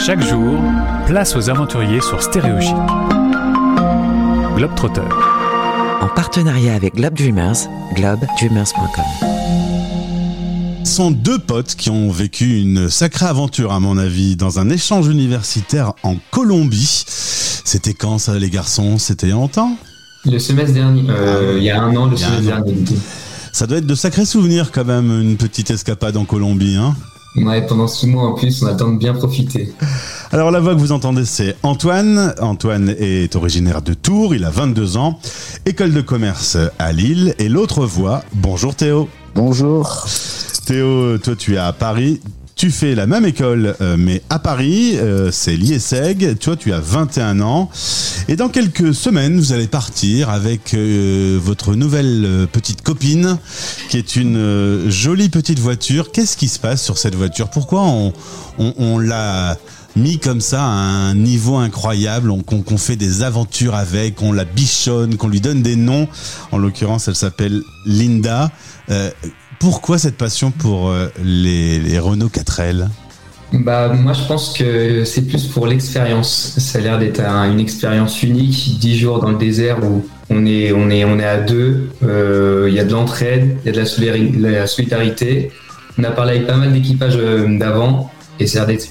Chaque jour, place aux aventuriers sur Stéréo Chic. Globetrotter. En partenariat avec Globe Dreamers, globedreamers.com. Ce sont deux potes qui ont vécu une sacrée aventure, à mon avis, dans un échange universitaire en Colombie. C'était quand ça, les garçons? C'était il y a longtemps? Le semestre dernier, il y a un an, le semestre dernier. Ça doit être de sacrés souvenirs quand même, une petite escapade en Colombie, hein? Ouais, pendant 6 mois en plus, on a le temps de bien profiter. Alors la voix que vous entendez, c'est Antoine. Antoine est originaire de Tours, il a 22 ans, école de commerce à Lille. Et l'autre voix, bonjour Théo. Bonjour. Théo, toi tu es à Paris. Tu fais la même école, mais à Paris, c'est l'IESEG. Toi, tu as 21 ans. Et dans quelques semaines, vous allez partir avec votre nouvelle petite copine, qui est une jolie petite voiture. Qu'est-ce qui se passe sur cette voiture? Pourquoi on l'a mis comme ça à un niveau incroyable, qu'on fait des aventures avec, on la bichonne, qu'on lui donne des noms? En l'occurrence, elle s'appelle Linda. Pourquoi cette passion pour les Renault 4L? Moi je pense que c'est plus pour l'expérience. Ça a l'air d'être une expérience unique, 10 jours dans le désert où on est à deux, il y a de l'entraide, il y a de la solidarité. On a parlé avec pas mal d'équipages d'avant et ça a l'air d'être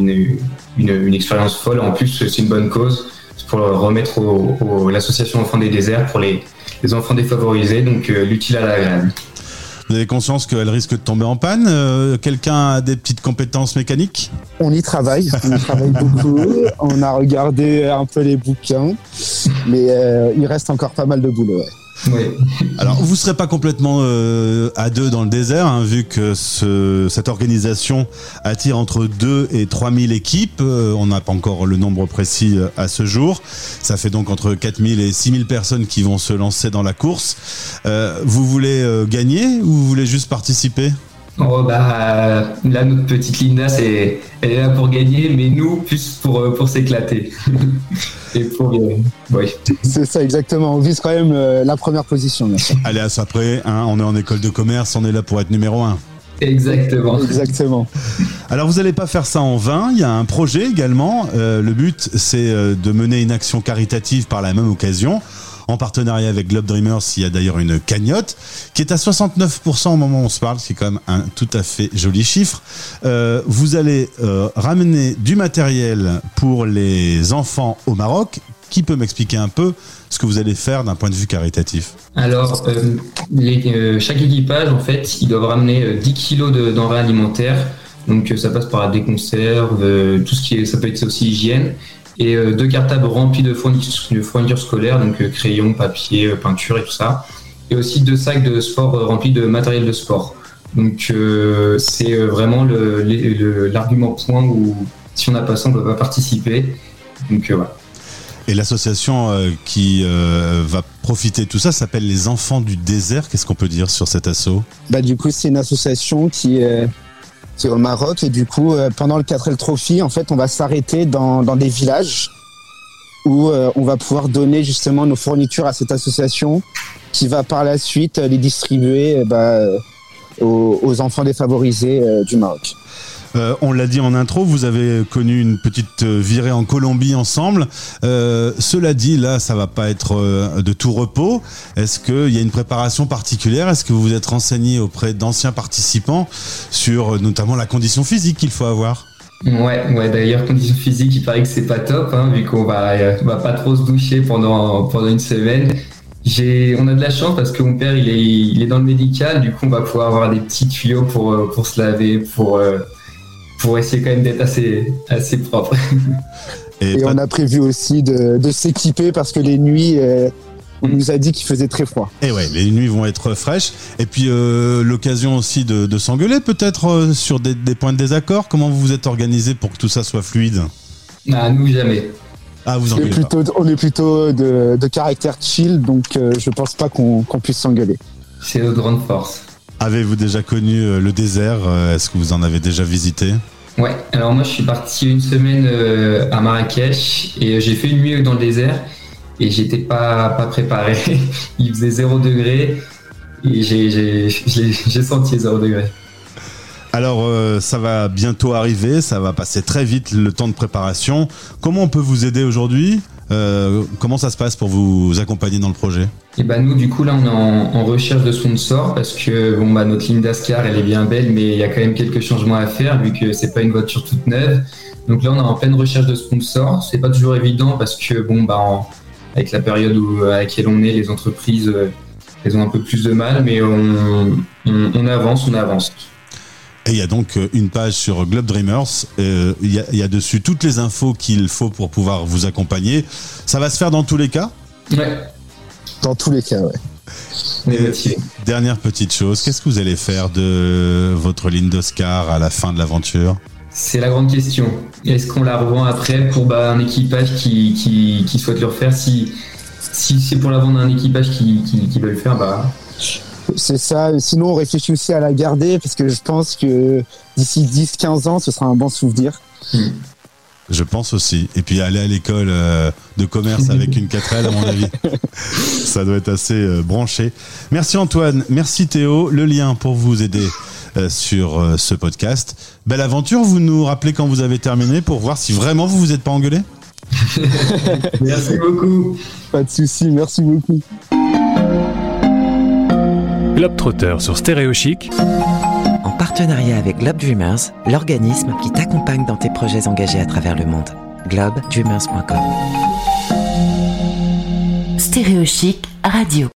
une expérience folle. En plus c'est une bonne cause, c'est pour remettre l'association Enfants des déserts pour les enfants défavorisés, donc l'utile à l'agréable. Vous avez conscience qu'elle risque de tomber en panne? Quelqu'un a des petites compétences mécaniques? On y travaille beaucoup. On a regardé un peu les bouquins, mais il reste encore pas mal de boulot. Ouais. Oui. Alors, vous ne serez pas complètement à deux dans le désert, hein, vu que cette organisation attire entre 2 et 3 000 équipes. On n'a pas encore le nombre précis à ce jour. Ça fait donc entre 4 000 et 6 000 personnes qui vont se lancer dans la course. Vous voulez gagner ou vous voulez juste participer? Là, notre petite Linda, elle est là pour gagner, mais nous, plus pour s'éclater. Et pour oui. C'est ça, exactement. On vise quand même la première position. Allez, à ça près, hein, on est en école de commerce, on est là pour être numéro 1. Exactement. Alors, vous n'allez pas faire ça en vain. Il y a un projet également. Le but, c'est de mener une action caritative par la même occasion. En partenariat avec Globe Dreamers, il y a d'ailleurs une cagnotte qui est à 69% au moment où on se parle, c'est quand même un tout à fait joli chiffre. Vous allez ramener du matériel pour les enfants au Maroc. Qui peut m'expliquer un peu ce que vous allez faire d'un point de vue caritatif? Alors, chaque équipage, en fait, ils doivent ramener 10 kilos de denrées alimentaires. Donc, ça passe par des conserves, tout ce qui est, ça peut être aussi hygiène. Et 2 cartables remplis de fournitures scolaires, donc crayons, papier, peinture et tout ça. Et aussi 2 sacs de sport remplis de matériel de sport. Donc c'est vraiment l'argument point où si on n'a pas ça, on ne peut pas participer. Donc voilà. Et l'association qui va profiter de tout ça s'appelle les Enfants du désert. Qu'est-ce qu'on peut dire sur cet asso? Du coup, c'est une association qui est au Maroc, et du coup pendant le 4L Trophy, en fait, on va s'arrêter dans des villages où on va pouvoir donner justement nos fournitures à cette association qui va par la suite les distribuer aux enfants défavorisés du Maroc. On l'a dit en intro, vous avez connu une petite virée en Colombie ensemble. Cela dit, là, ça va pas être de tout repos. Est-ce qu'il y a une préparation particulière? Est-ce que vous vous êtes renseigné auprès d'anciens participants sur notamment la condition physique qu'il faut avoir? Ouais. D'ailleurs, condition physique, il paraît que c'est pas top, hein, vu qu'on va pas trop se doucher pendant une semaine. On a de la chance parce que mon père, il est dans le médical. Du coup, on va pouvoir avoir des petits tuyaux pour se laver, pour essayer quand même d'être assez propre. Et on a prévu aussi de s'équiper parce que les nuits, on nous a dit qu'il faisait très froid. Et ouais, les nuits vont être fraîches. Et puis l'occasion aussi de s'engueuler peut-être sur des points de désaccord. Comment vous vous êtes organisé pour que tout ça soit fluide? Nous, jamais. Ah, vous engueulez pas. On est plutôt de caractère chill, donc je pense pas qu'on puisse s'engueuler. C'est notre grande force. Avez-vous déjà connu le désert? Est-ce que vous en avez déjà visité? Ouais, alors moi je suis parti une semaine à Marrakech et j'ai fait une nuit dans le désert et j'étais pas préparé. Il faisait 0 degré et j'ai senti 0 degré. Alors, ça va bientôt arriver, ça va passer très vite le temps de préparation. Comment on peut vous aider aujourd'hui ? Comment ça se passe pour vous accompagner dans le projet ? Et nous, du coup, là, on est en recherche de sponsors parce que notre ligne d'Ascar, elle est bien belle, mais il y a quand même quelques changements à faire vu que c'est pas une voiture toute neuve. Donc là, on est en pleine recherche de sponsors. C'est pas toujours évident parce que avec la période à laquelle on est, les entreprises, elles ont un peu plus de mal, mais on avance. Et il y a donc une page sur Globe Dreamers. Il y a dessus toutes les infos qu'il faut pour pouvoir vous accompagner. Ça va se faire dans tous les cas ? Ouais. Dans tous les cas, ouais. Dernière petite chose, qu'est-ce que vous allez faire de votre ligne d'Oscar à la fin de l'aventure ? C'est la grande question. Est-ce qu'on la revend après pour un équipage qui souhaite le refaire ? Si c'est pour la vendre à un équipage qui veut le faire, C'est ça. Sinon, on réfléchit aussi à la garder parce que je pense que d'ici 10-15 ans, ce sera un bon souvenir. Je pense aussi. Et puis aller à l'école de commerce avec une 4L, à mon avis, ça doit être assez branché. Merci Antoine, merci Théo. Le lien pour vous aider sur ce podcast. Belle aventure, vous nous rappelez quand vous avez terminé pour voir si vraiment vous vous êtes pas engueulé ? Merci beaucoup. Pas de souci, merci beaucoup. Globetrotter sur Stéréo Chic. En partenariat avec Globe Dreamers, l'organisme qui t'accompagne dans tes projets engagés à travers le monde. globedreamers.com. Stéréo Chic Radio.